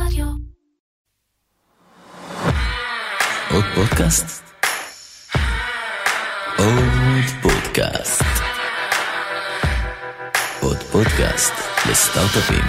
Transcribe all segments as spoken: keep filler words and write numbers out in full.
רדיו. עוד פודקאסט? עוד פודקאסט. עוד פודקאסט לסטארט-אפים.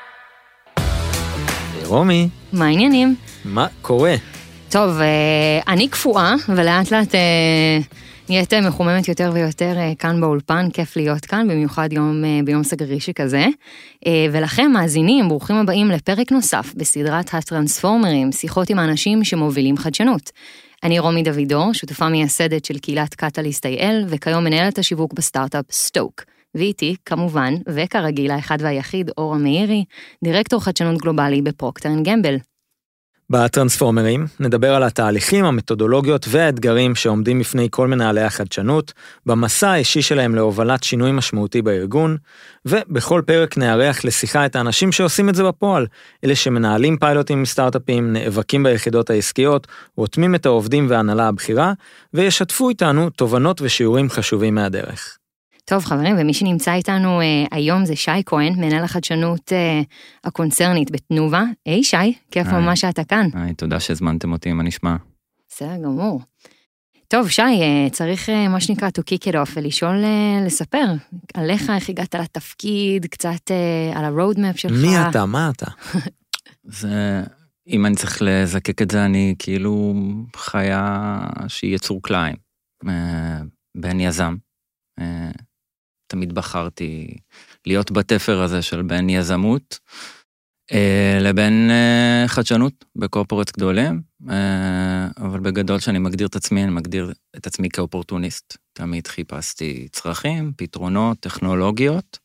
רומי, מה העניינים? מה קורה? טוב, אני קפואה, ולאט לאט נהיית מחוממת יותר ויותר כאן באולפן, כיף להיות כאן, במיוחד יום, ביום סגרי שכזה. ולכם, מאזינים, ברוכים הבאים לפרק נוסף בסדרת הטרנספורמרים, שיחות עם האנשים שמובילים חדשנות. אני רומי דוידור, שותפה מייסדת של קהילת קטליסט איי אל, וכיום מנהלת השיווק בסטארט-אפ סטוק. ואיתי, כמובן, וכרגיל האחד והיחיד, אורה מאירי, דירקטור חדשנות גלובלי בפרוקטר אנד גמבל. בטרנספורמרים נדבר על התהליכים, המתודולוגיות והאתגרים שעומדים בפני כל מנהלי החדשנות, במסע האישי שלהם להובלת שינוי משמעותי בארגון, ובכל פרק נארח לשיחה את האנשים שעושים את זה בפועל, אלה שמנהלים פיילוטים מסטארט-אפים, נאבקים ביחידות העסקיות, רותמים את העובדים וההנהלה הבכירה, וישתפו איתנו תובנות ושיעורים חשובים מהדרך. טוב חברים, ומי שנמצא איתנו אה, היום זה שי כהן, מנהל החדשנות אה, הקונצרנית בתנובה. היי שי, כיף היי. ממש שאתה כאן. היי, תודה שהזמנתם אותי, מה נשמע? בסדר גמור. טוב שי, אה, צריך אה, מה שנקרא to kick it off ולשאול, אה, לספר עליך, איך הגעת לתפקיד, קצת אה, על הרודמפ שלך. מי אתה? מה אתה? זה, אם אני צריך לזקק את זה, אני כאילו חיה שהיא יצור כליים, אה, בן יזם. אה, תמיד בחרתי להיות בתפר הזה של בין יזמות אה, לבין אה, חדשנות בקורפורט גדולים, אה, אבל בגדול שאני מגדיר את עצמי, אני מגדיר את עצמי כאופורטוניסט. תמיד חיפשתי צרכים, פתרונות, טכנולוגיות,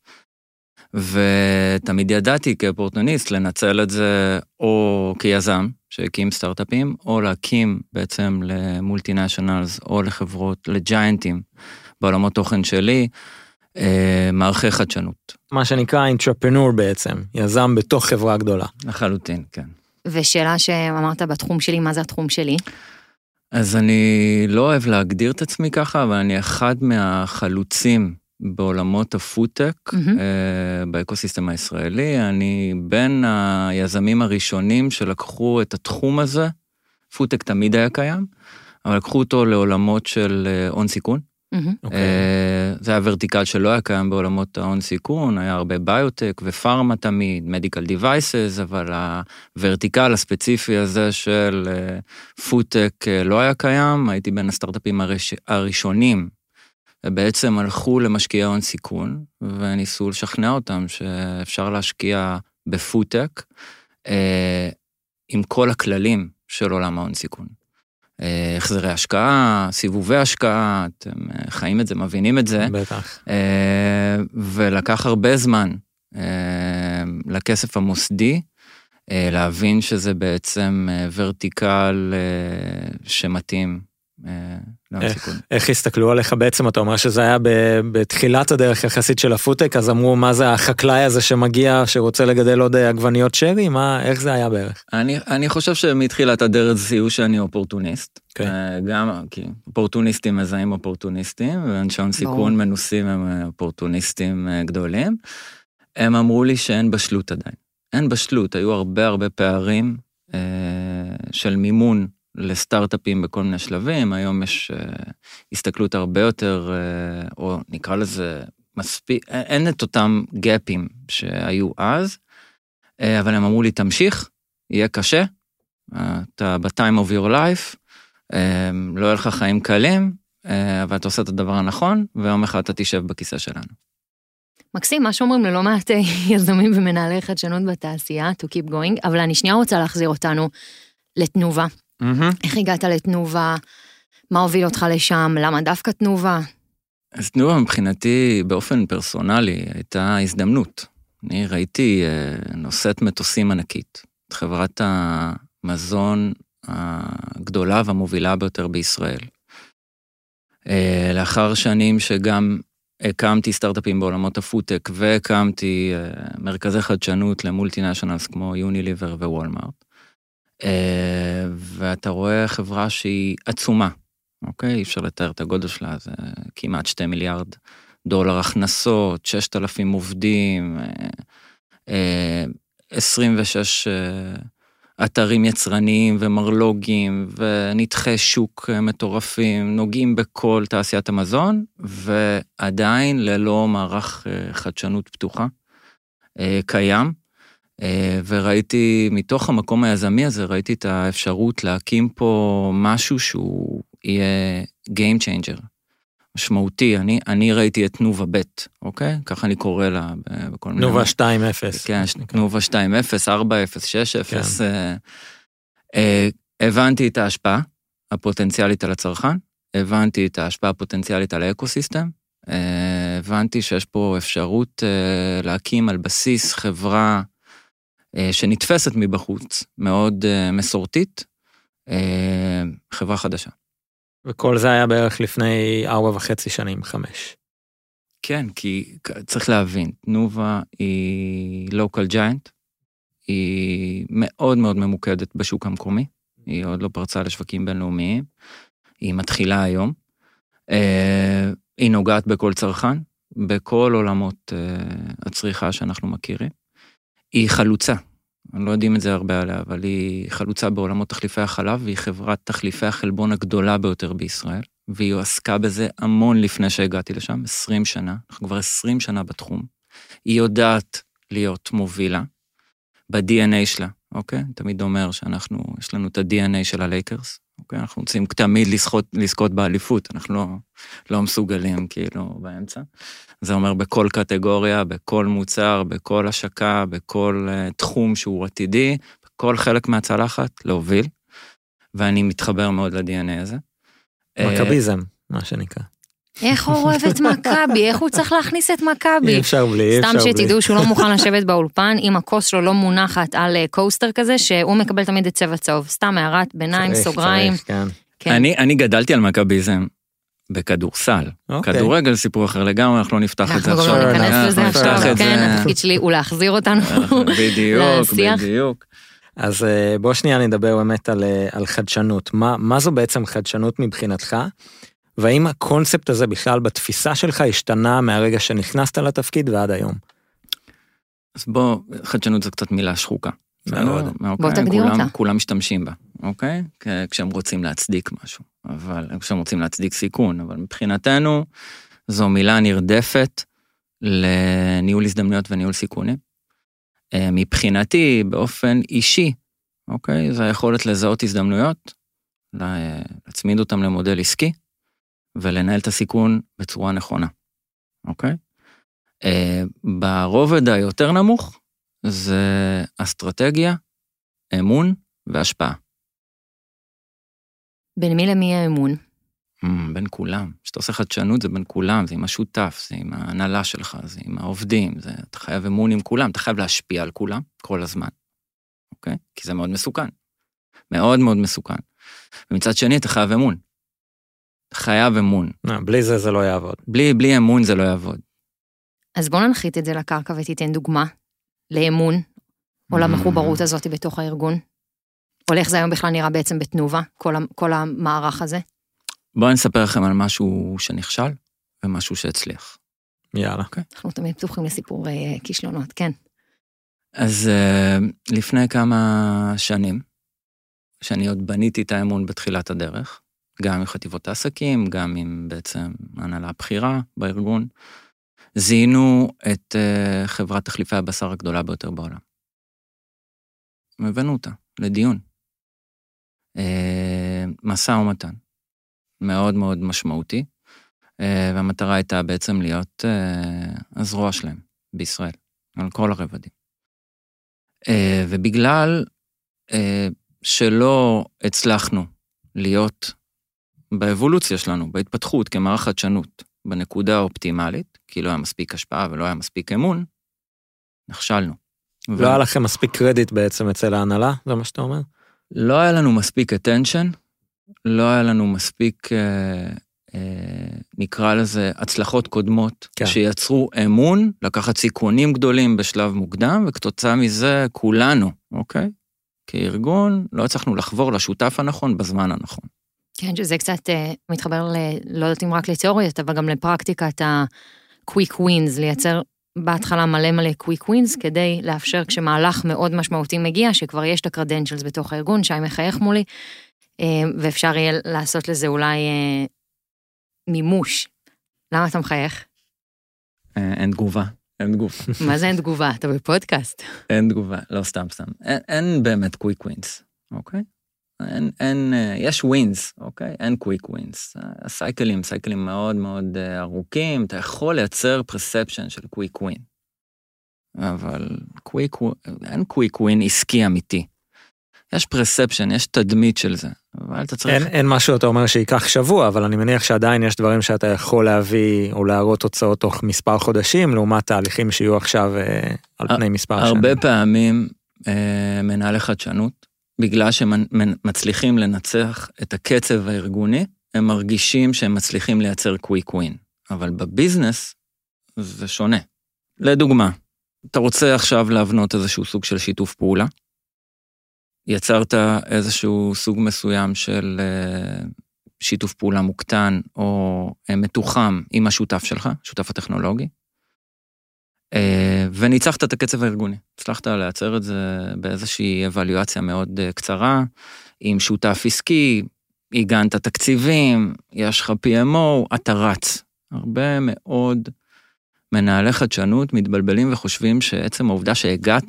ותמיד ידעתי כאופורטוניסט לנצל את זה או כיזם שהקים סטארט-אפים, או להקים בעצם למולטינשיונלס או לחברות, לג'יינטים בעולמות תוכן שלי, מערכי חדשנות. מה שנקרא אינטרפרנור בעצם, יזם בתוך חברה גדולה. לחלוטין, כן. ושאלה שאמרת בתחום שלי, מה זה התחום שלי? אז אני לא אוהב להגדיר את עצמי ככה, אבל אני אחד מהחלוצים בעולמות הפודטק, mm-hmm. באקוסיסטם הישראלי. אני בין היזמים הראשונים שלקחו את התחום הזה, פודטק תמיד היה קיים, אבל לקחו אותו לעולמות של הון סיכון. Mm-hmm. Okay. זה היה ורטיקל שלא היה קיים בעולמות ההון סיכון, היה הרבה ביוטק ופארמה תמיד, מדיקל דיווייסס, אבל הוורטיקל הספציפי הזה של פודטק לא היה קיים. הייתי בין הסטארט-אפים הראש... הראשונים, ובעצם הלכו למשקיעי הון סיכון, וניסו לשכנע אותם שאפשר להשקיע בפודטק, עם כל הכללים של עולם ההון סיכון. החזרי השקעה, סיבובי השקעה, אתם חיים את זה, מבינים את זה. בטח. ולקח הרבה זמן לכסף המוסדי, להבין שזה בעצם ורטיקל שמתאים להון סיכון. איך הסתכלו עליך בעצם? אתה אומר שזה היה בתחילת הדרך יחסית של הפודטק, אז אמרו מה זה החקלאי הזה שמגיע, שרוצה לגדל עוד עגבניות שרי? איך זה היה בערך? אני, אני חושב שמתחילת הדרך זיהו שאני אופורטוניסט. Okay. גם, כי אופורטוניסטים מזהים אופורטוניסטים, ואנשי הון סיכון מנוסים הם אופורטוניסטים גדולים. הם אמרו לי שאין בשלות עדיין. אין בשלות, היו הרבה הרבה פערים אה, של מימון לסטארט-אפים בכל מיני שלבים. היום יש uh, הסתכלות הרבה יותר, uh, או נקרא לזה מספיק, אין את אותם גאפים שהיו אז, uh, אבל הם אמרו לי, תמשיך, יהיה קשה, uh, אתה ב-time of your life, uh, לא יהיה לך חיים קלים, uh, אבל אתה עושה את הדבר הנכון, ויום אחד אתה תשב בכיסא שלנו. מקסים, מה שאומרים ללא מעט יזמים ומנהלי חדשנות בתעשייה, to keep going, אבל אני שנייה רוצה להחזיר אותנו לתנובה. Mm-hmm. איך הגעת לתנובה? מה הוביל אותך לשם? למה דווקא תנובה? אז תנובה מבחינתי באופן פרסונלי הייתה הזדמנות. אני ראיתי נושאת מטוסים ענקית, את חברת המזון הגדולה והמובילה ביותר בישראל. לאחר שנים שגם הקמתי סטארט-אפים בעולמות הפודטק, והקמתי מרכזי חדשנות למולטינשיונלס כמו יוניליבר ווולמארט, ואתה רואה חברה שהיא עצומה, אוקיי? אי אפשר לתאר את הגודל שלה, זה כמעט שתי מיליארד דולר הכנסות, ששת אלפים עובדים, עשרים ושש אתרים יצרניים ומרלוגים ונתחי שוק מטורפים, נוגעים בכל תעשיית המזון, ועדיין ללא מערך חדשנות פתוחה קיים, וראיתי מתוך המקום היזמי הזה, ראיתי את האפשרות להקים פה משהו שהוא יהיה game changer, משמעותי. אני, אני ראיתי את תנובה ב', אוקיי? ככה אני קורא לה בכל מיני... תנובה שתיים אפס. כן, תנובה שתיים אפס, ארבע אפס, שש אפס. אה, אה, הבנתי את ההשפעה הפוטנציאלית על הצרכן, הבנתי את ההשפעה הפוטנציאלית על האקוסיסטם, אה, הבנתי שיש פה אפשרות אה, להקים על בסיס חברה אה, שנתפסת מבחוץ, מאוד אה, מסורתית, אה, חברה חדשה. וכל זה היה בערך לפני ארבע וחצי שנים, חמש. כן, כי צריך להבין, תנובה היא local giant, היא מאוד מאוד ממוקדת בשוק המקומי, היא עוד לא פרצה לשווקים בינלאומיים, היא מתחילה היום, היא נוגעת בכל צרכן, בכל עולמות הצריכה שאנחנו מכירים, היא חלוצה, אני לא יודעים את זה הרבה עליה, אבל היא חלוצה בעולמות תחליפי החלב, והיא חברת תחליפי החלבון הגדולה ביותר בישראל, והיא עסקה בזה המון לפני שהגעתי לשם, עשרים שנה, אנחנו כבר עשרים שנה בתחום. היא יודעת להיות מובילה, ב-די אן איי שלה, אוקיי? תמיד אומר שאנחנו, יש לנו את ה-די אן איי של הלייקרס, אוקיי? אנחנו רוצים תמיד לזכות, לזכות באליפות, אנחנו לא, לא מסוגלים כאילו באמצע. זה אומר בכל קטגוריה, בכל מוצר, בכל השקה, בכל uh, תחום שהוא עתידי, בכל חלק מהצלחת, להוביל, ואני מתחבר מאוד ל-די אן איי הזה. מכביזם, מה שנקרא. איך הוא אוהב את מכבי? איך הוא צריך להכניס את מכבי? אי אפשר בלי, אי אפשר בלי. סתם שתדעו שהוא לא מוכן לשבת באולפן, אם הכוס שלו לא מונחת על קוסטר כזה, שהוא מקבל תמיד את צבע צהוב. סתם הערת ביניים, סוגריים. אני גדלתי על מכביזם בכדורסל. כדורגל סיפור אחר לגמרי, אנחנו לא נפתח את זה עכשיו. אנחנו לא ניכנס לזה עכשיו, כן, התפקיד שלי הוא להחזיר אותנו בדיוק, בדיוק. אז בוא שנייה נדבר באמת על, על חדשנות. מה, מה זו בעצם חדשנות מבחינתך? והאם הקונספט הזה בכלל בתפיסה שלך השתנה מהרגע שנכנסת לתפקיד ועד היום? אז בוא, חדשנות זו קצת מילה שחוקה. מאוד. בוא תגדיר אותה. כולם משתמשים בה, אוקיי? כשהם רוצים להצדיק משהו, אבל כשהם רוצים להצדיק סיכון, אבל מבחינתנו זו מילה נרדפת לניהול הזדמנויות וניהול סיכונים. מבחינתי, באופן אישי, אוקיי? זה היכולת לזהות הזדמנויות, להצמיד אותם למודל עסקי, ולנהל את הסיכון בצורה נכונה, אוקיי? ברובד היותר נמוך, זה אסטרטגיה, אמון והשפעה. בין מי למי האמון? בין כולם. כשאתה עושה חדשנות זה בין כולם, זה עם השותף, זה עם ההנהלה שלך, זה עם העובדים, זה, אתה חייב אמון עם כולם, אתה חייב להשפיע על כולם כל הזמן, אוקיי? כי זה מאוד מסוכן. מאוד מאוד מסוכן. ומצד שני אתה חייב אמון. חייב אמון. בלי זה זה לא יעבוד. בלי, בלי אמון זה לא יעבוד. אז בוא ננחית את זה לקרקע ותיתן דוגמה לאמון, או למחוברות הזאת בתוך הארגון. או איך זה היום בכלל נראה בעצם בתנובה, כל, כל המערך הזה. בואו נספר לכם על משהו שנכשל, ומשהו שהצליח. יאללה. Okay. אנחנו תמיד פתוחים לסיפור uh, כישלונות, כן. אז uh, לפני כמה שנים, שאני עוד בניתי את האמון בתחילת הדרך, גם עם חטיבות העסקים, גם עם בעצם הנהלה הבחירה בארגון, זיהינו את uh, חברת תחליפי הבשר הגדולה ביותר בעולם. הבאנו אותה לדיון. Uh, מסע ומתן. מאוד מאוד משמעותי, uh, והמטרה הייתה בעצם להיות uh, הזרוע שלהם בישראל, על כל הרבדים. Uh, ובגלל uh, שלא הצלחנו להיות באבולוציה שלנו, בהתפתחות כמערך חדשנות, בנקודה האופטימלית, כי לא היה מספיק השפעה ולא היה מספיק אמון, נכשלנו. לא ו... היה לכם מספיק קרדיט בעצם אצל ההנהלה, זה מה שאתה אומר? לא היה לנו מספיק attention, לא היה לנו מספיק, אה, אה, נקרא לזה, הצלחות קודמות, כן. שיצרו אמון, לקחת סיכונים גדולים בשלב מוקדם, וכתוצאה מזה כולנו, אוקיי? כארגון, לא הצלחנו לחבור לשותף הנכון בזמן הנכון. כן, שזה קצת uh, מתחבר, ל, לא יודעת אם רק לתיאוריות, אבל גם לפרקטיקת ה-quick wins, לייצר בהתחלה מלא מלא קוויק ווינס, כדי לאפשר כשמהלך מאוד משמעותי מגיע, שכבר יש את הקרדנצ'לס בתוך הארגון, שי מחייך מולי, ואפשר יהיה לעשות לזה אולי מימוש. למה אתה מחייך? אין תגובה, אין תגובה. מה זה אין תגובה? אתה בפודקאסט. אין תגובה, לא סתם סתם. אין, אין באמת קוויק ווינס, אוקיי? אין, אין, יש ווינס, אוקיי? אין קוויק ווינס. הסייקלים, סייקלים מאוד מאוד ארוכים, אתה יכול לייצר פרספשן של קוויק ווין. אבל קוויק, אין קוויק ווין עסקי אמיתי. יש פרספשן, יש תדמית של זה. אבל אתה צריך... אין, אין משהו, אתה אומר שייקח שבוע, אבל אני מניח שעדיין יש דברים שאתה יכול להביא או להראות תוצאות תוך מספר חודשים, לעומת תהליכים שיהיו עכשיו אה, על פני מספר שנים. הרבה פעמים אה, מנהלי חדשנות, בגלל שמצליחים לנצח את הקצב הארגוני, הם מרגישים שהם מצליחים לייצר קוויק ווין. אבל בביזנס זה שונה. לדוגמה, אתה רוצה עכשיו להבנות איזשהו סוג של שיתוף פעולה, יצרת איזשהו סוג מסוים של שיתוף פעולה מוקטן או מתוחם עם השותף שלך, שותף הטכנולוגי, וניצחת את הקצב הארגוני. הצלחת לייצר את זה באיזושהי אבלואציה מאוד קצרה, עם שותף עסקי, הגנת תקציבים, יש לך פי אם או, אתה רץ. הרבה מאוד מנהלי חדשנות מתבלבלים וחושבים שעצם העובדה שהגעת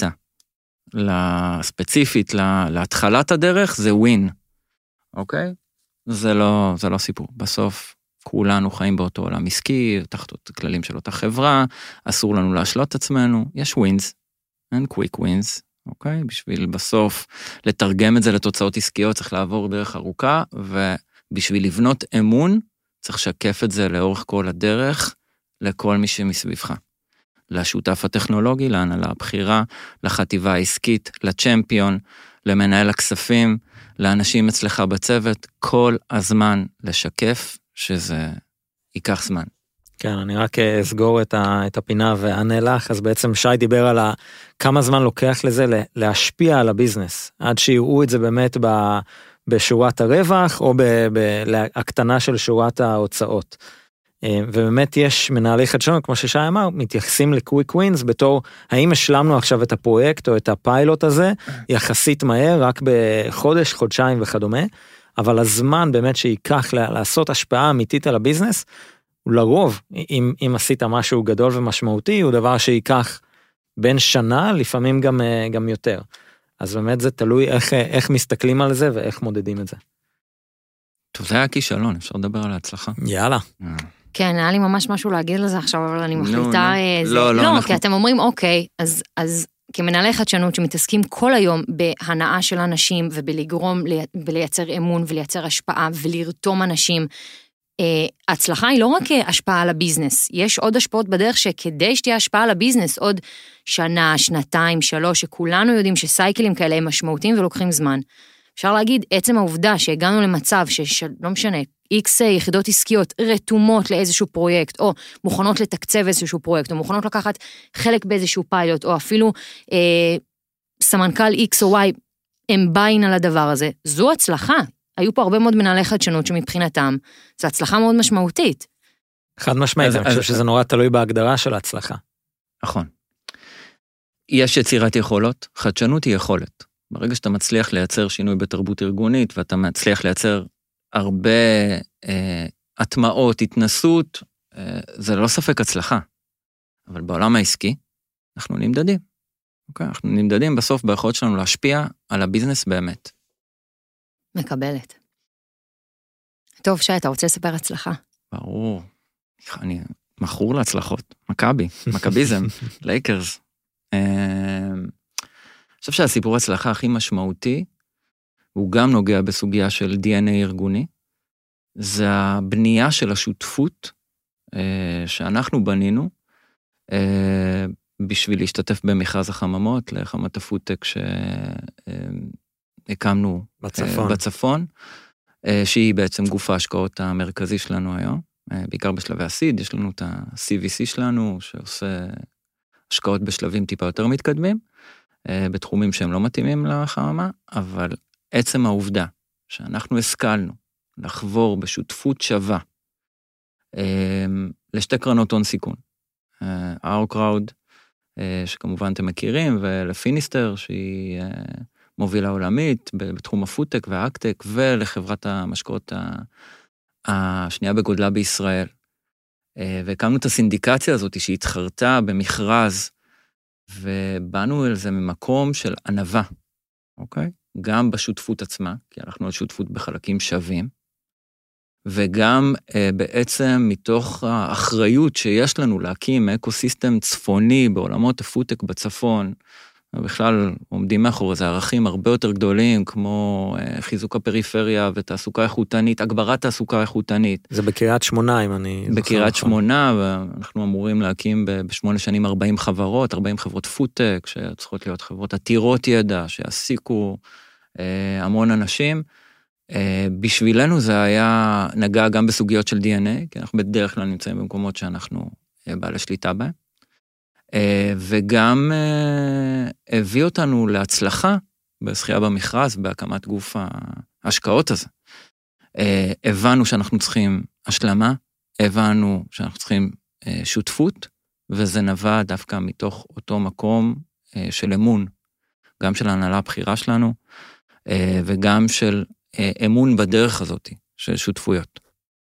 לספציפית, להתחלת הדרך, זה ווין. אוקיי? זה לא, זה לא סיפור. בסוף כולנו חיים באותו עולם עסקי, תחת כללים של אותה חברה, אסור לנו להשלות את עצמנו, יש ווינס, אין קוויק ווינס, אוקיי? בשביל בסוף לתרגם את זה לתוצאות עסקיות, צריך לעבור דרך ארוכה, ובשביל לבנות אמון, צריך לשקף את זה לאורך כל הדרך, לכל מי שמסביבך. לשותף הטכנולוגי, להנהלה הבחירה, לחטיבה העסקית, לצ'מפיון, למנהל הכספים, לאנשים אצלך בצוות, כל הזמן לשקף שזה ייקח זמן. כן, אני רק אסגור את, ה, את הפינה ואענה לך, אז בעצם שי דיבר על ה, כמה זמן לוקח לזה להשפיע על הביזנס, עד שיראו את זה באמת ב, בשורת הרווח, או בהקטנה של שורת ההוצאות. ובאמת יש מנהלי חדשנות, כמו ששי אמר, מתייחסים לקוויק ווינס בתור, האם השלמנו עכשיו את הפרויקט או את הפיילוט הזה, יחסית מהר, רק בחודש, חודשיים וכדומה, אבל הזמן באמת שייקח לעשות השפעה אמיתית על הביזנס, לרוב, אם, אם עשית משהו גדול ומשמעותי, הוא דבר שייקח בין שנה, לפעמים גם, גם יותר. אז באמת זה תלוי איך, איך מסתכלים על זה ואיך מודדים את זה. טוב, זה היה כישלון, אפשר לדבר על ההצלחה. יאללה. כן, היה לי ממש משהו להגיד לזה עכשיו, אבל אני מחליטה... לא, לא, לא, כי אתם אומרים, אוקיי, אז, אז כמנהלי חדשנות שמתעסקים כל היום בהנאה של אנשים, ובלגרום, בלייצר אמון ולייצר השפעה, ולרתום אנשים, ההצלחה היא לא רק השפעה על הביזנס, יש עוד השפעות בדרך שכדי שתהיה השפעה על הביזנס, עוד שנה, שנתיים, שלוש, שכולנו יודעים שסייקלים כאלה הם משמעותיים ולוקחים זמן. אפשר להגיד, עצם העובדה שהגענו למצב שלא משנה, איקס יחידות עסקיות רתומות לאיזשהו פרויקט, או מוכנות לתקצב איזשהו פרויקט, או מוכנות לקחת חלק באיזשהו פיילוט, או אפילו אה, סמנכ"ל X או Y, הם ביין על הדבר הזה. זו הצלחה. היו פה הרבה מאוד מנהלי חדשנות שמבחינתם, זו הצלחה מאוד משמעותית. חד משמעית, אני חושב שזה נורא תלוי בהגדרה של ההצלחה. נכון. יש יצירת יכולות, חדשנות היא יכולת. ברגע שאתה מצליח לייצר שינוי בתרבות ארגונית, ואתה מצליח לייצר הרבה אה, הטמעות, התנסות, אה, זה לא ספק הצלחה. אבל בעולם העסקי, אנחנו נמדדים. אוקיי? אנחנו נמדדים בסוף ביכולת שלנו להשפיע על הביזנס באמת. מקבלת. טוב, שי, אתה רוצה לספר הצלחה? ברור. אני מכור להצלחות. מכבי, מכביזם, לייקרס. אני חושב שהסיפור ההצלחה הכי משמעותי, הוא גם נוגע בסוגיה של די אן איי ארגוני, זה הבנייה של השותפות שאנחנו בנינו, בשביל להשתתף במכרז החממות, לחמת הפודטק שהקמנו בצפון. בצפון, שהיא בעצם גוף ההשקעות המרכזי שלנו היום, בעיקר בשלבי הסיד, יש לנו את ה-סי וי סי שלנו, שעושה השקעות בשלבים טיפה יותר מתקדמים, בתחומים שהם לא מתאימים לחממה, אבל עצם העובדה שאנחנו השכלנו לחבור בשותפות שווה לשתי קרנות הון סיכון, Our Crowd, שכמובן אתם מכירים, ולפיניסטר, שהיא מובילה עולמית בתחום הפודטק והאקטק, ולחברת המשקאות השנייה בגודלה בישראל. והקמנו את הסינדיקציה הזאת שהתחרתה במכרז, ובאנו אל זה ממקום של ענווה, אוקיי? גם בשותפות עצמה, כי אנחנו על שותפות בחלקים שווים, וגם אה, בעצם מתוך האחריות שיש לנו להקים אקוסיסטם צפוני בעולמות הפודטק בצפון, ובכלל עומדים מאחורי זה ערכים הרבה יותר גדולים, כמו אה, חיזוק הפריפריה ותעסוקה איכותנית, הגברת תעסוקה איכותנית. זה בקריית שמונה, אם אני זוכר. בקריית שמונה, ואנחנו אמורים להקים בשמונה שנים ארבעים חברות, ארבעים חברות פודטק, שצריכות להיות חברות עתירות ידע, שיעסיקו אה, המון אנשים. אה, בשבילנו זה היה נגע גם בסוגיות של די אן איי, כי אנחנו בדרך כלל נמצאים במקומות שאנחנו אה, בעלי שליטה בהם. וגם הביא אותנו להצלחה בזכייה במכרז, בהקמת גוף ההשקעות הזה. הבנו שאנחנו צריכים השלמה, הבנו שאנחנו צריכים שותפות, וזה נבע דווקא מתוך אותו מקום של אמון, גם של ההנהלה הבחירה שלנו, וגם של אמון בדרך הזאת, של שותפויות.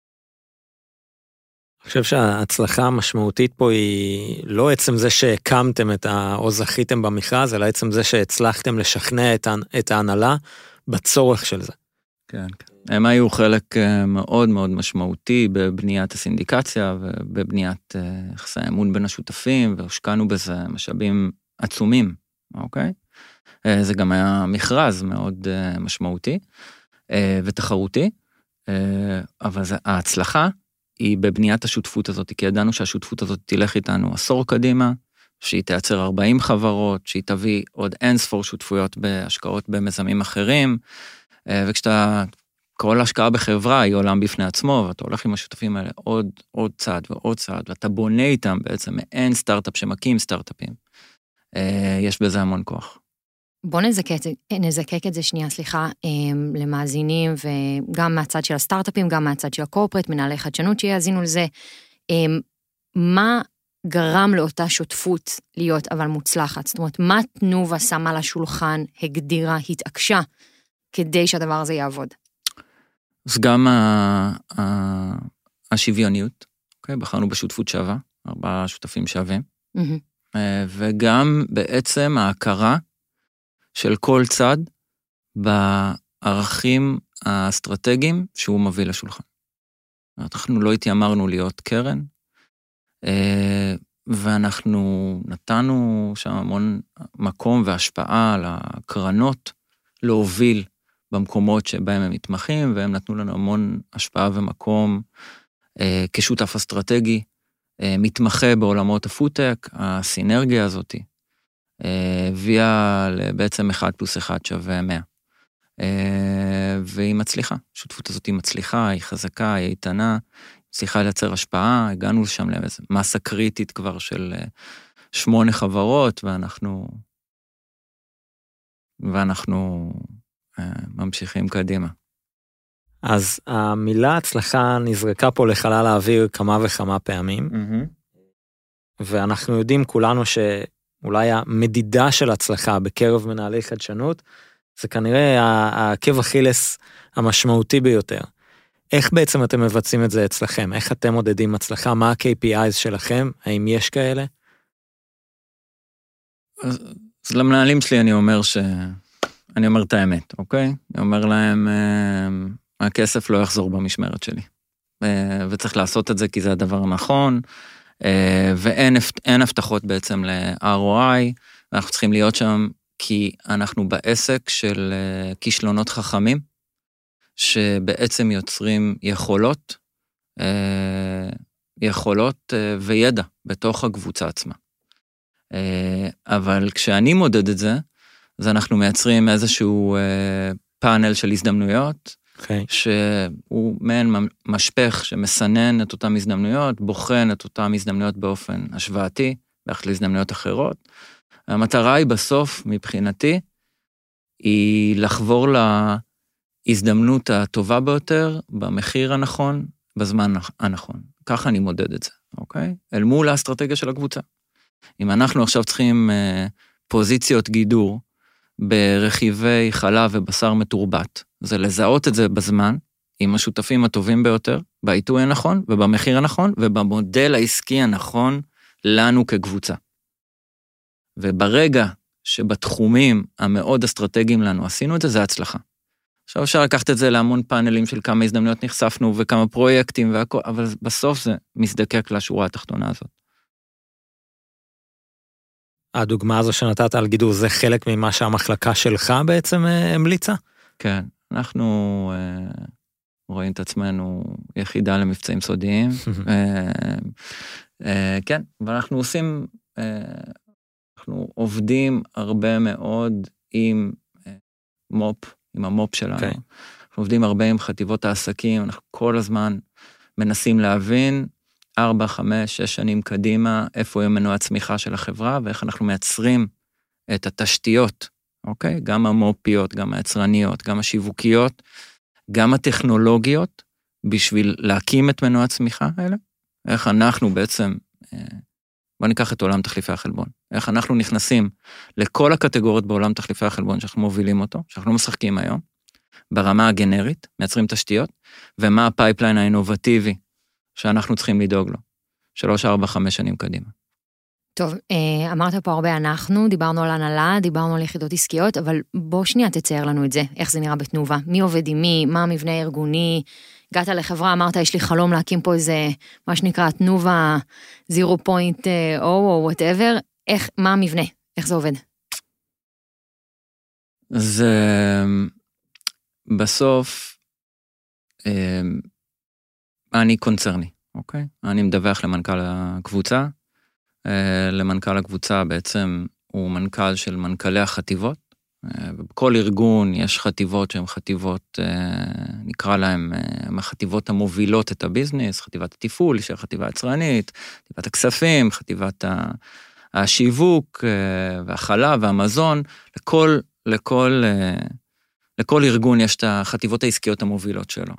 אני חושב שההצלחה המשמעותית פה היא לא עצם זה שהקמתם את ה... או זכיתם במכרז, אלא עצם זה שהצלחתם לשכנע את ההנהלה בצורך של זה. כן, כן. הם היו חלק מאוד מאוד משמעותי בבניית הסינדיקציה, ובבניית יחסי האמון בין השותפים, והושקענו בזה משאבים עצומים, אוקיי? זה גם היה מכרז מאוד משמעותי ותחרותי, אבל ההצלחה, היא בבניית השותפות הזאת, כי ידענו שהשותפות הזאת תלך איתנו עשור קדימה, שהיא תייצר ארבעים חברות, שהיא תביא עוד אין ספור שותפויות בהשקעות במזמים אחרים, וכשאתה, כל השקעה בחברה היא עולם בפני עצמו, ואתה הולך עם השותפים האלה עוד, עוד צעד ועוד צעד, ואתה בונה איתם בעצם אין סטארט-אפ שמקים סטארט-אפים. יש בזה המון כוח. בוא נזקק, נזקק את זה שנייה, סליחה, למאזינים, וגם מהצד של הסטארט-אפים, גם מהצד של הקורפרט, מנהלי חדשנות שיאזינו לזה. מה גרם לאותה שותפות להיות אבל מוצלחת? זאת אומרת, מה תנובה שמה לשולחן, הגדירה, התעקשה, כדי שהדבר הזה יעבוד? אז גם השוויוניות, אוקיי? בחרנו בשותפות שווה, ארבעה שותפים שווים, וגם בעצם ההכרה, של כל צד בערכים האסטרטגיים שהוא מביא לשולחן. אנחנו לא התיימרנו להיות קרן, ואנחנו נתנו שם המון מקום והשפעה על הקרנות להוביל במקומות שבהם הם מתמחים, והם נתנו לנו המון השפעה ומקום כשותף אסטרטגי, מתמחה בעולמות הפודטק, הסינרגיה הזאת, הביאה בעצם אחד פלוס אחד שווה מאה. והיא מצליחה, השותפות הזאת היא מצליחה, היא חזקה, היא איתנה, מצליחה לייצר השפעה, הגענו שם למסה קריטית כבר של שמונה חברות, ואנחנו, ואנחנו ממשיכים קדימה. אז המילה הצלחה נזרקה פה לחלל האוויר כמה וכמה פעמים, ואנחנו יודעים כולנו ש... אולי המדידה של הצלחה בקרב מנהלי חדשנות, זה כנראה העקב אכילס המשמעותי ביותר. איך בעצם אתם מבצעים את זה אצלכם? איך אתם מודדים הצלחה? מה ה-קי פי איז שלכם? האם יש כאלה? אז, אז למנהלים שלי אני אומר ש... אני אומר את האמת, אוקיי? אני אומר להם, הכסף לא יחזור במשמרת שלי. וצריך לעשות את זה כי זה הדבר הנכון, ואין אין הבטחות בעצם ל-אר או איי, אנחנו צריכים להיות שם כי אנחנו בעסק של כישלונות חכמים, שבעצם יוצרים יכולות, יכולות וידע בתוך הקבוצה עצמה. אבל כשאני מודד את זה, אז אנחנו מייצרים איזשהו פאנל של הזדמנויות, Okay. שהוא מעין משפך שמסנן את אותם הזדמנויות, בוחן את אותם הזדמנויות באופן השוואתי, ביחד להזדמנויות אחרות. המטרה היא בסוף, מבחינתי, היא לחבור להזדמנות הטובה ביותר, במחיר הנכון, בזמן הנכון. ככה אני מודד את זה. אוקיי? אל מול האסטרטגיה של הקבוצה. אם אנחנו עכשיו צריכים אה, פוזיציות גידור ברכיבי חלב ובשר מתורבת, זה לזהות את זה בזמן, עם השותפים הטובים ביותר, בעיתוי הנכון ובמחיר הנכון, ובמודל העסקי הנכון לנו כקבוצה. וברגע שבתחומים המאוד אסטרטגיים לנו עשינו את זה, זה הצלחה. עכשיו אפשר לקחת את זה להמון פאנלים של כמה הזדמנויות נחשפנו וכמה פרויקטים והכל, אבל בסוף זה מזדקק לשורה התחתונה הזאת. הדוגמה הזו שנתת על גידור, זה חלק ממה שהמחלקה שלך בעצם המליצה? כן, אנחנו אה, רואים את עצמנו יחידה למבצעים סודיים. אה, אה, כן, ואנחנו עושים, אה, אנחנו עובדים הרבה מאוד עם אה, מופ, עם המופ שלנו. Okay. אנחנו עובדים הרבה עם חטיבות העסקים, אנחנו כל הזמן מנסים להבין, ארבע, חמש, שש שנים קדימה, איפה יהיה מנוע הצמיחה של החברה, ואיך אנחנו מייצרים את התשתיות, אוקיי? גם המופיות, גם היצרניות, גם השיווקיות, גם הטכנולוגיות, בשביל להקים את מנוע הצמיחה האלה, איך אנחנו בעצם, בוא ניקח את עולם תחליפי החלבון, איך אנחנו נכנסים לכל הקטגוריות בעולם תחליפי החלבון, שאנחנו מובילים אותו, שאנחנו משחקים היום, ברמה הגנרית, מייצרים תשתיות, ומה הפייפליין האינובטיבי, שאנחנו צריכים לדאוג לו, שלוש, ארבע, חמש שנים קדימה. טוב, אמרת פה הרבה אנחנו, דיברנו על הנהלה, דיברנו על יחידות עסקיות, אבל בוא שנייה תצייר לנו את זה, איך זה נראה בתנובה, מי עובד עם מי, מה המבנה הארגוני, הגעת לחברה, אמרת, יש לי חלום להקים פה איזה, מה שנקרא, תנובה זירו פוינט או או whatever, איך, מה המבנה, איך זה עובד? אז בסוף, אני קונצרני, אוקיי? אני מדווח למנכ"ל הקבוצה, למנכ"ל הקבוצה בעצם הוא מנכ"ל של מנכ"לי החטיבות, ובכל ארגון יש חטיבות שהן חטיבות, נקרא להן, החטיבות המובילות את הביזנס, חטיבת התפעול, שהיא חטיבה יצרנית, חטיבת הכספים, חטיבת השיווק והחלב והמזון, לכל, לכל, לכל ארגון יש את החטיבות העסקיות המובילות שלו.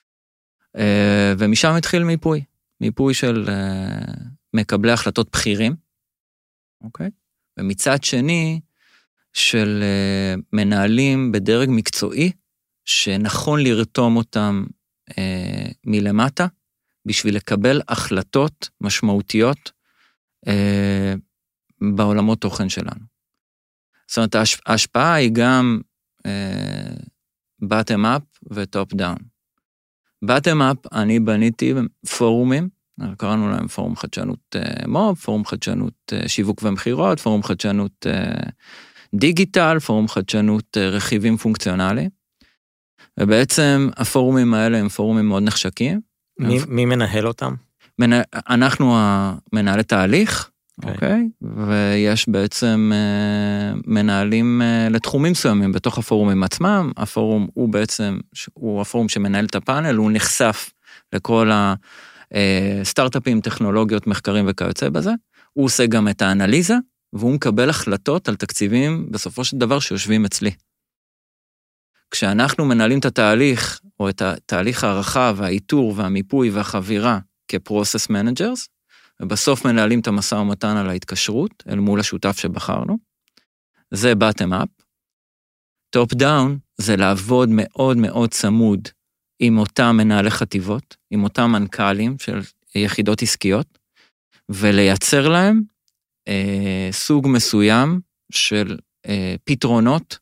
ומשם התחיל מיפוי, מיפוי של מקבלי החלטות בכירים, אוקיי? ומצד שני, של מנהלים בדרג מקצועי, שנכון לרתום אותם אה, מלמטה, בשביל לקבל החלטות משמעותיות אה, בעולמות תוכן שלנו. זאת אומרת, ההשפעה היא גם אה, bottom up ו-top down. bottom up, אני בניתי פורומים, קראנו להם פורום חדשנות מוב, פורום חדשנות שיווק ומחירות, פורום חדשנות דיגיטל, פורום חדשנות רכיבים פונקציונליים, ובעצם הפורומים האלה הם פורומים מאוד נחשקים. מי, מי מנהל אותם? מנה, אנחנו מנהלי תהליך, okay. אוקיי? ויש בעצם מנהלים לתחומים מסוימים בתוך הפורומים עצמם, הפורום הוא בעצם, הוא הפורום שמנהל את הפאנל, הוא נחשף לכל ה... סטארט-אפים, טכנולוגיות, מחקרים וכיוצא בזה, הוא עושה גם את האנליזה, והוא מקבל החלטות על תקציבים בסופו של דבר שיושבים אצלי. כשאנחנו מנהלים את התהליך, או את התהליך הערכה והאיתור והמיפוי והחבירה כ-process managers, ובסוף מנהלים את המשא ומתן על ההתקשרות, אל מול השותף שבחרנו, זה bottom up. top down זה לעבוד מאוד מאוד צמוד, עם אותם מנהלי חטיבות, עם אותם מנכ"לים של יחידות עסקיות, ולייצר להם אה, סוג מסוים של אה, פתרונות,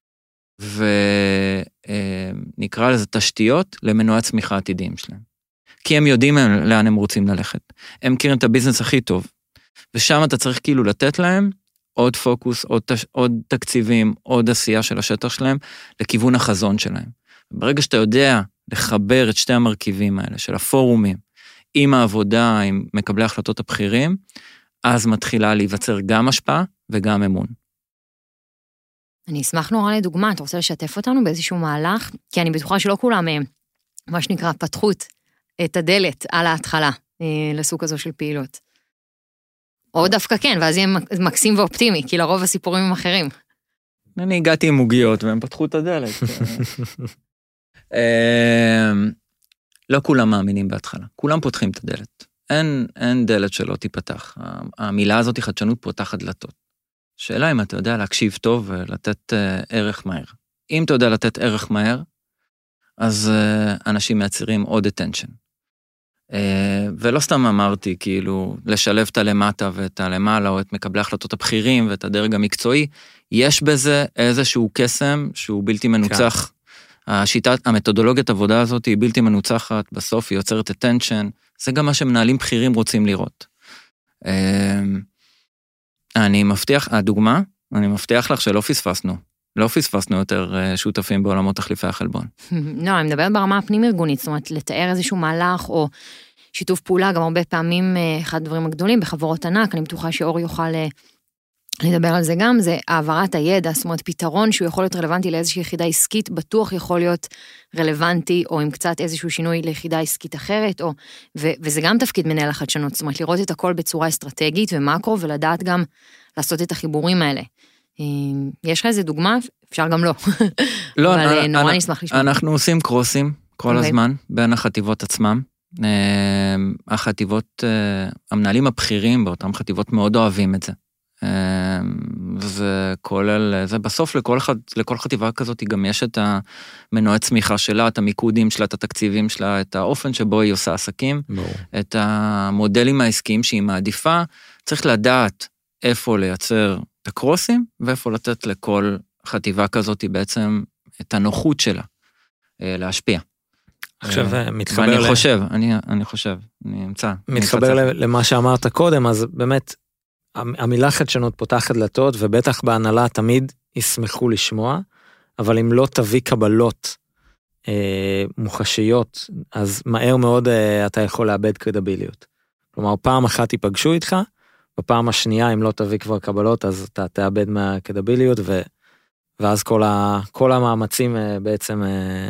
ונקרא לזה תשתיות למנוע צמיחה עתידיים שלהם. כי הם יודעים לאן הם רוצים ללכת. הם מכירים את הביזנס הכי טוב, ושם אתה צריך כאילו לתת להם עוד פוקוס, עוד, תש... עוד תקציבים, עוד עשייה של השטח שלהם, לכיוון החזון שלהם. ברגע שאתה יודע לחבר את שתי המרכיבים האלה, של הפורומים, עם העבודה, עם מקבלי החלטות הבכירים, אז מתחילה להיווצר גם השפעה וגם אמון. אני אשמח נורא לדוגמה, אתה רוצה לשתף אותנו באיזשהו מהלך? כי אני בטוחה שלא כולם, מה שנקרא, פתחות את הדלת על ההתחלה, לסוג הזו של פעילות. או דווקא כן, ואז יהיה מקסים ואופטימי, כי לרוב הסיפורים הם אחרים. אני הגעתי עם מוגיות, והם פתחו את הדלת. לא כולם מאמינים בהתחלה, כולם פותחים את הדלת. אין, אין דלת שלא תיפתח. המילה הזאת היא חדשנות פותחת דלתות. שאלה אם אתה יודע להקשיב טוב ולתת ערך מהר. אם אתה יודע לתת ערך מהר, אז אנשים מייצרים עוד attention. ולא סתם אמרתי, כאילו, לשלב את הלמטה ואת הלמעלה, או את מקבלי החלטות הבכירים ואת הדרג המקצועי, יש בזה איזשהו קסם שהוא בלתי מנוצח. השיטת, המתודולוגיית עבודה הזאת היא בלתי מנוצחת, בסוף היא יוצרת attention, זה גם מה שמנהלים בכירים רוצים לראות. אני מבטיח, הדוגמה, אני מבטיח לך שלא פספסנו. לא פספסנו יותר שותפים בעולמות תחליפי החלבון. לא, אני מדברת ברמה הפנים-ארגונית, זאת אומרת, לתאר איזשהו מהלך או שיתוף פעולה, גם הרבה פעמים, אחד הדברים הגדולים, בחברות ענק, אני בטוחה שאור יוכל לדבר על זה גם, זה העברת הידע, זאת אומרת, פתרון שהוא יכול להיות רלוונטי לאיזושהי יחידה עסקית, בטוח יכול להיות רלוונטי, או עם קצת איזשהו שינוי ליחידה עסקית אחרת, או, ו, וזה גם תפקיד מנהל החדשנות, זאת אומרת, לראות את הכל בצורה אסטרטגית ומקרו, ולדעת גם לעשות את החיבורים האלה. יש לך איזה דוגמה? אפשר גם לא. לא, אבל נורא נשמח לשמוע. אנחנו עושים קרוסים כל הזמן, בין החטיבות עצמם. החטיבות, המנהלים הבכירים באותם חטיבות מאוד אוהבים את זה. זה כולל, זה בסוף לכל, לכל חטיבה כזאת גם יש את המנועי צמיחה שלה, את המיקודים שלה, את התקציבים שלה, את האופן שבו היא עושה עסקים, את המודלים העסקיים שהיא מעדיפה, צריך לדעת איפה לייצר את הקרוסים, ואיפה לתת לכל חטיבה כזאת בעצם את הנוחות שלה, להשפיע. עכשיו מתחבר... ואני חושב, אני, אני חושב, אני אמצא. מתחבר למה שאמרת קודם, אז באמת, המילה חדשנות פותחת דלתות, ובטח בהנהלה תמיד ישמחו לשמוע, אבל אם לא תביא קבלות אה, מוחשיות, אז מהר מאוד אה, אתה יכול לאבד קרדיביליות. כלומר, פעם אחת ייפגשו איתך, בפעם השנייה, אם לא תביא כבר קבלות, אז אתה תאבד מהקרדיביליות, ו, ואז כל, ה, כל המאמצים אה, בעצם אה,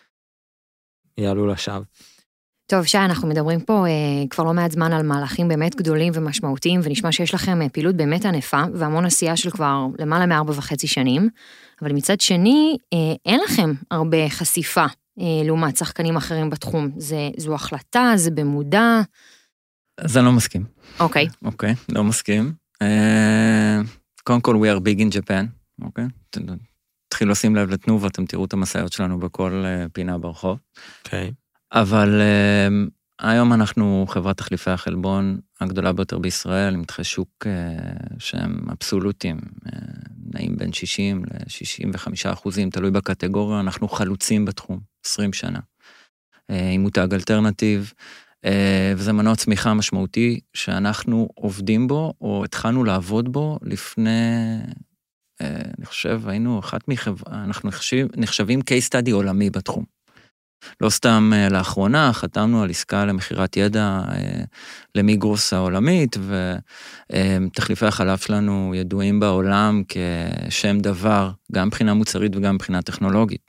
יעלו לשווא. טוב, שי, אנחנו מדברים פה אה, כבר לא מעט זמן על מהלכים באמת גדולים ומשמעותיים, ונשמע שיש לכם אה, פעילות באמת ענפה, והמון עשייה של כבר למעלה מארבע וחצי שנים, אבל מצד שני, אה, אין לכם הרבה חשיפה אה, לעומת שחקנים אחרים בתחום. זה, זו החלטה, זה במודע. אז אני לא מסכים. אוקיי. אוקיי, לא מסכים. אה, קודם כל, we are big in Japan, אוקיי? תתחילו לשים לב לתנובה, אתם תראו את המסעיות שלנו בכל אה, פינה ברחוב. אוקיי. אבל uh, היום אנחנו חברת תחליפי החלבון הגדולה ביותר בישראל, עם תחי שוק uh, שהם אבסולוטיים, uh, נעים בין שישים ל-שישים וחמישה אחוזים, תלוי בקטגוריה, אנחנו חלוצים בתחום, עשרים שנה, uh, עם מותג אלטרנטיב, uh, וזה מנוע צמיחה משמעותי שאנחנו עובדים בו, או התחלנו לעבוד בו לפני, uh, אני חושב, היינו אחת מחברה, אנחנו נחשבים, נחשבים case study עולמי בתחום. לא סתם לאחרונה, חתמנו על עסקה למחירת ידע למיגרוס העולמית, ותחליפי החלב שלנו ידועים בעולם כשם דבר, גם מבחינה מוצרית וגם מבחינה טכנולוגית.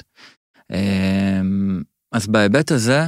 אז בהיבט הזה,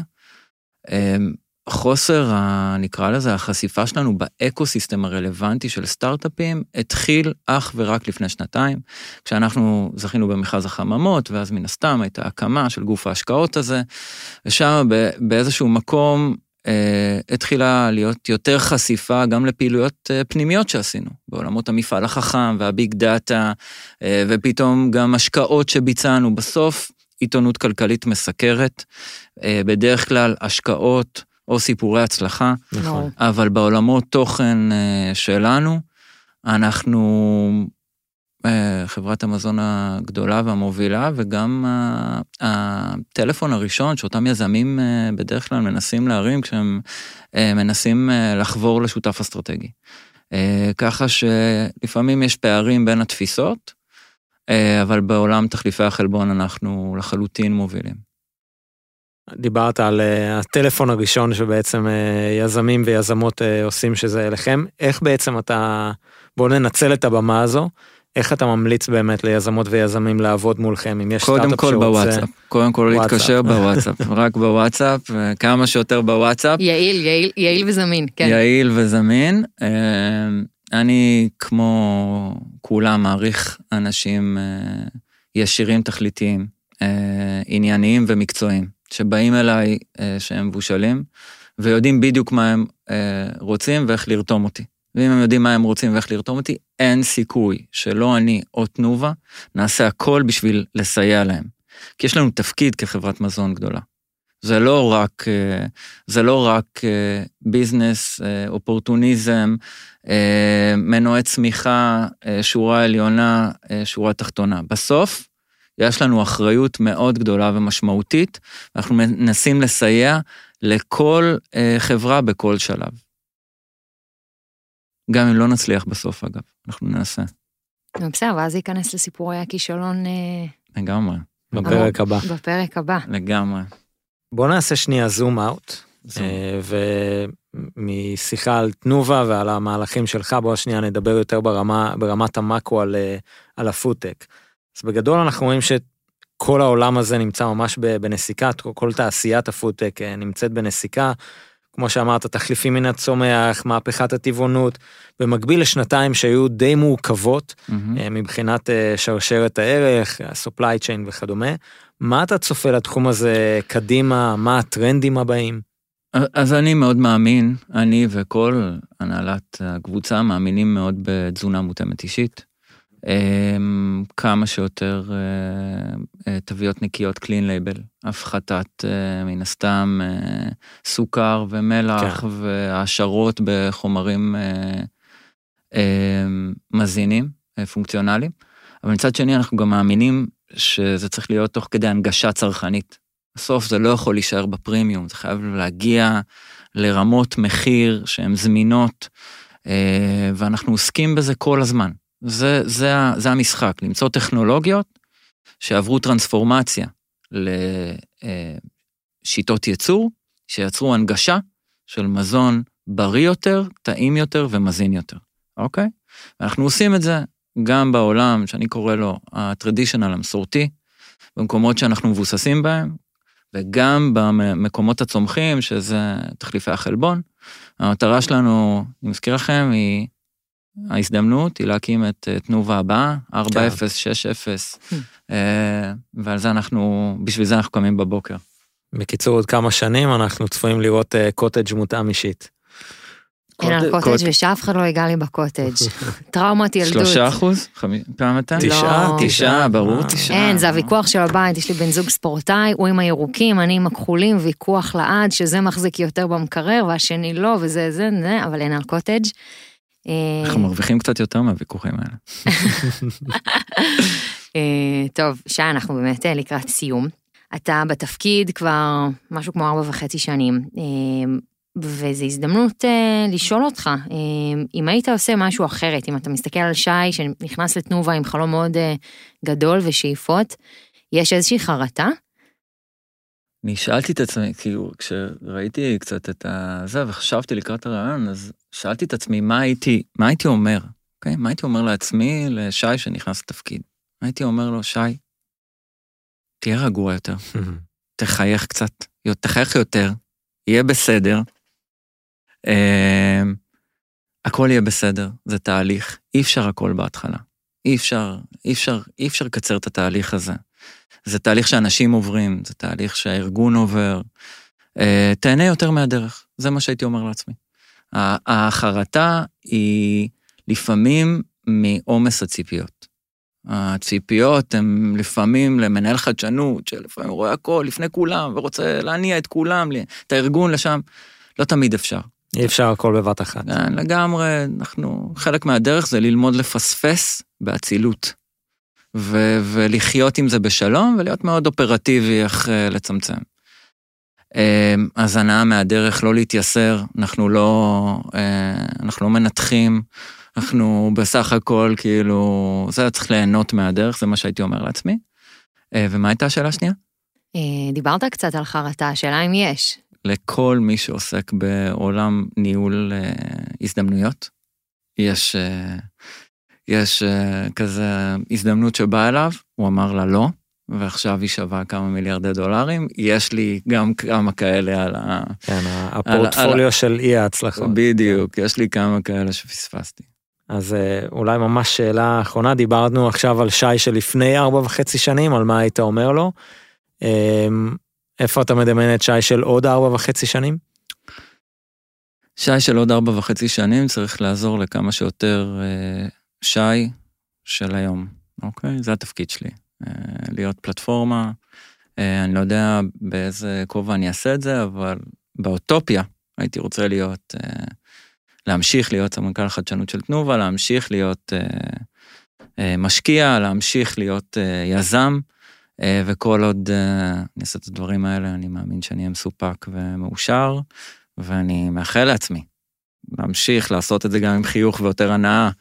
חוסר, נקרא לזה, החשיפה שלנו באקוסיסטם הרלוונטי של סטארט-אפים, התחיל אך ורק לפני שנתיים, כשאנחנו זכינו במכרז החממות, ואז מן הסתם הייתה הקמה של גוף ההשקעות הזה, ושם באיזשהו מקום אה, התחילה להיות יותר חשיפה גם לפעילויות אה, פנימיות שעשינו, בעולמות המפעל החכם והביג דאטה, אה, ופתאום גם השקעות שביצענו בסוף, עיתונות כלכלית מסקרת, אה, בדרך כלל השקעות, או סיפורי הצלחה, נכון. אבל בעולמות תוכן שלנו, אנחנו חברת המזון הגדולה והמובילה, וגם הטלפון הראשון שאותם יזמים בדרך כלל מנסים להרים, כשהם מנסים לחבור לשותף אסטרטגי. ככה שלפעמים יש פערים בין התפיסות, אבל בעולם תחליפי החלבון אנחנו לחלוטין מובילים. דיברת על uh, הטלפון הראשון שבעצם uh, יזמים ויזמות uh, עושים שזה אליכם. איך בעצם אתה, בוא ננצל את הבמה הזו, איך אתה ממליץ באמת ליזמות ויזמים לעבוד מולכם, אם יש סטארט-אפ שרוצה... קודם כל בוואטסאפ, קודם כל להתקשר בוואטסאפ, רק בוואטסאפ, כמה שיותר בוואטסאפ. יעיל, יעיל, יעיל וזמין, כן. יעיל וזמין. אני כמו כולם מעריך אנשים ישירים תכליתיים, ענייניים ומקצועיים. שבאים אליי שהם מבושלים, ויודעים בדיוק מה הם אה, רוצים ואיך לרתום אותי. ואם הם יודעים מה הם רוצים ואיך לרתום אותי, אין סיכוי שלא אני או תנובה נעשה הכל בשביל לסייע להם. כי יש לנו תפקיד כחברת מזון גדולה. זה לא רק, זה לא רק ביזנס, אופורטוניזם, מנועי צמיחה, שורה עליונה, שורה תחתונה. בסוף, יש לנו אחריות מאוד גדולה ומשמעותית, אנחנו מנסים לסייע לכל חברה בכל שלב. גם אם לא נצליח בסוף, אגב, אנחנו ננסה. בסדר, ואז ייכנס לסיפורי הכישלון. לגמרי. בפרק הבא. בפרק הבא. לגמרי. בוא נעשה שנייה זום אאוט, ומשיחה על תנובה ועל המהלכים שלך, בוא שנייה נדבר יותר ברמה, ברמת המקרו על, על הפודטק. אז בגדול אנחנו רואים שכל העולם הזה נמצא ממש בנסיקה, כל תעשיית הפודטק נמצאת בנסיקה, כמו שאמרת, תחליפים מן הצומח, מהפכת הטבעונות, במקביל לשנתיים שהיו די מורכבות, mm-hmm. מבחינת שרשרת הערך, ה-supply chain וכדומה. מה אתה צופה לתחום הזה קדימה, מה הטרנדים הבאים? אז אני מאוד מאמין, אני וכל הנהלת הקבוצה מאמינים מאוד בתזונה מותאמת אישית, כמה שיותר תוויות נקיות קלין לייבל, הפחתת מן הסתם סוכר ומלח והעשרות בחומרים מזינים, פונקציונליים, אבל מצד שני אנחנו גם מאמינים שזה צריך להיות תוך כדי הנגשה צרכנית. בסוף זה לא יכול להישאר בפרימיום, זה חייב להגיע לרמות מחיר שהן זמינות, ואנחנו עוסקים בזה כל הזמן. זה, זה, זה המשחק, למצוא טכנולוגיות שעברו טרנספורמציה לשיטות ייצור, שיצרו הנגשה של מזון בריא יותר, טעים יותר ומזין יותר. אוקיי? ואנחנו עושים את זה גם בעולם, שאני קורא לו הטרדישיונל המסורתי, במקומות שאנחנו מבוססים בהם, וגם במקומות הצומחים, שזה תחליפי החלבון. המטרה שלנו, אני מזכיר לכם, היא ההזדמנות, היא להקים את תנובה הבאה, ארבע אפס שש אפס, ועל זה אנחנו, בשביל זה אנחנו קמים בבוקר. בקיצור, עוד כמה שנים אנחנו צפויים לראות קוטג' מותאם אישית. אין על קוטג' ושאף אחד לא יגע לי בקוטג'. טראומת ילדות. שלושה אחוז? פעם אתם? תשעה? תשעה, ברור, תשעה. אין, זה הוויכוח של הבית, יש לי בן זוג ספורטאי, הוא עם הירוקים, אני עם הכחולים, ויכוח לעד, שזה מחזיק יותר במקרר, והשני לא, וזה זה, זה, אבל אין על קוטג'. אנחנו מרוויחים קצת יותר מהוויכוחים האלה. טוב, שי, אנחנו באמת לקראת סיום. אתה בתפקיד כבר משהו כמו ארבע וחצי שנים, וזו הזדמנות לשאול אותך, אם היית עושה משהו אחרת, אם אתה מסתכל על שי שנכנס לתנובה עם חלום מאוד גדול ושאיפות, יש איזושהי חרטה? אני שאלתי את עצמי, כאילו, כשראיתי קצת את זה, וחשבתי לקראת הרעיון, אז שאלתי את עצמי, מה הייתי, מה הייתי אומר? אוקיי? מה הייתי אומר לעצמי, לשי שנכנס לתפקיד? מה הייתי אומר לו, שי, תהיה רגוע יותר, תחייך קצת, תחייך יותר, יהיה בסדר, הכל יהיה בסדר, זה תהליך, אי אפשר הכל בהתחלה, אי אפשר, אי אפשר, אי אפשר לקצר את התהליך הזה, זה תהליך שאנשים עוברים, זה תהליך שהארגון עובר, תהנה יותר מהדרך, זה מה שהייתי אומר לעצמי. החרטה היא לפעמים מעומס הציפיות. הציפיות הן לפעמים למנהל חדשנות, שלפעמים רואה הכל לפני כולם, ורוצה להניע את כולם, את הארגון לשם, לא תמיד אפשר. אי אפשר הכל בבת אחת. לגמרי, אנחנו, חלק מהדרך זה ללמוד לפספס באצילות, ו- ולחיות עם זה בשלום, ולהיות מאוד אופרטיבי איך לצמצם. אז הנאה מהדרך לא להתייסר, אנחנו לא, אנחנו לא מנתחים, אנחנו בסך הכל כאילו, זה צריך ליהנות מהדרך, זה מה שהייתי אומר לעצמי. ומה הייתה השאלה השנייה? דיברת קצת על חרטה, השאלה אם יש. לכל מי שעוסק בעולם ניהול הזדמנויות, יש, יש כזה הזדמנות שבאה אליו, הוא אמר לה לא, ועכשיו היא שווה כמה מיליארדי דולרים, יש לי גם כמה כאלה על ה... כן, הפורטפוליו של אי ההצלחות. בדיוק, יש לי כמה כאלה שפספסתי. אז אולי ממש שאלה האחרונה, דיברנו עכשיו על שי שלפני ארבע וחצי שנים, על מה היית אומר לו. איפה אתה מדמיין את שי של עוד ארבע וחצי שנים? שי של עוד ארבע וחצי שנים צריך לעזור לכמה שיותר שי של היום, אוקיי? זה התפקיד שלי. להיות פלטפורמה, אני לא יודע באיזה כובע אני אעשה את זה, אבל באוטופיה הייתי רוצה להיות, להמשיך להיות סמנכ"ל חדשנות של תנובה, להמשיך להיות משקיע, להמשיך להיות יזם, וכל עוד אני אעשה את הדברים האלה, אני מאמין שאני אהיה מסופק ומאושר, ואני מאחל לעצמי להמשיך לעשות את זה גם עם חיוך ויותר הנאה,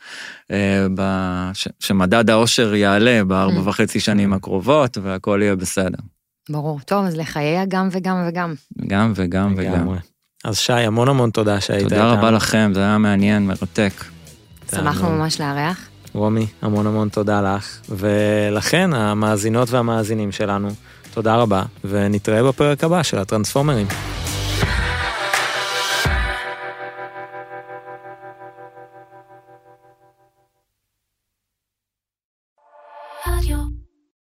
שמדד האושר יעלה בארבע וחצי שנים הקרובות, והכל יהיה בסדר. ברור, טוב, אז לחיי גם וגם וגם. גם וגם וגם. אז שי, המון המון תודה שהיית איתנו. תודה רבה לכם, זה היה מעניין, מרתק. שמחנו ממש לארח. רומי, המון המון תודה לך, ולכן המאזינות והמאזינים שלנו, תודה רבה, ונתראה בפרק הבא של הטרנספורמרים.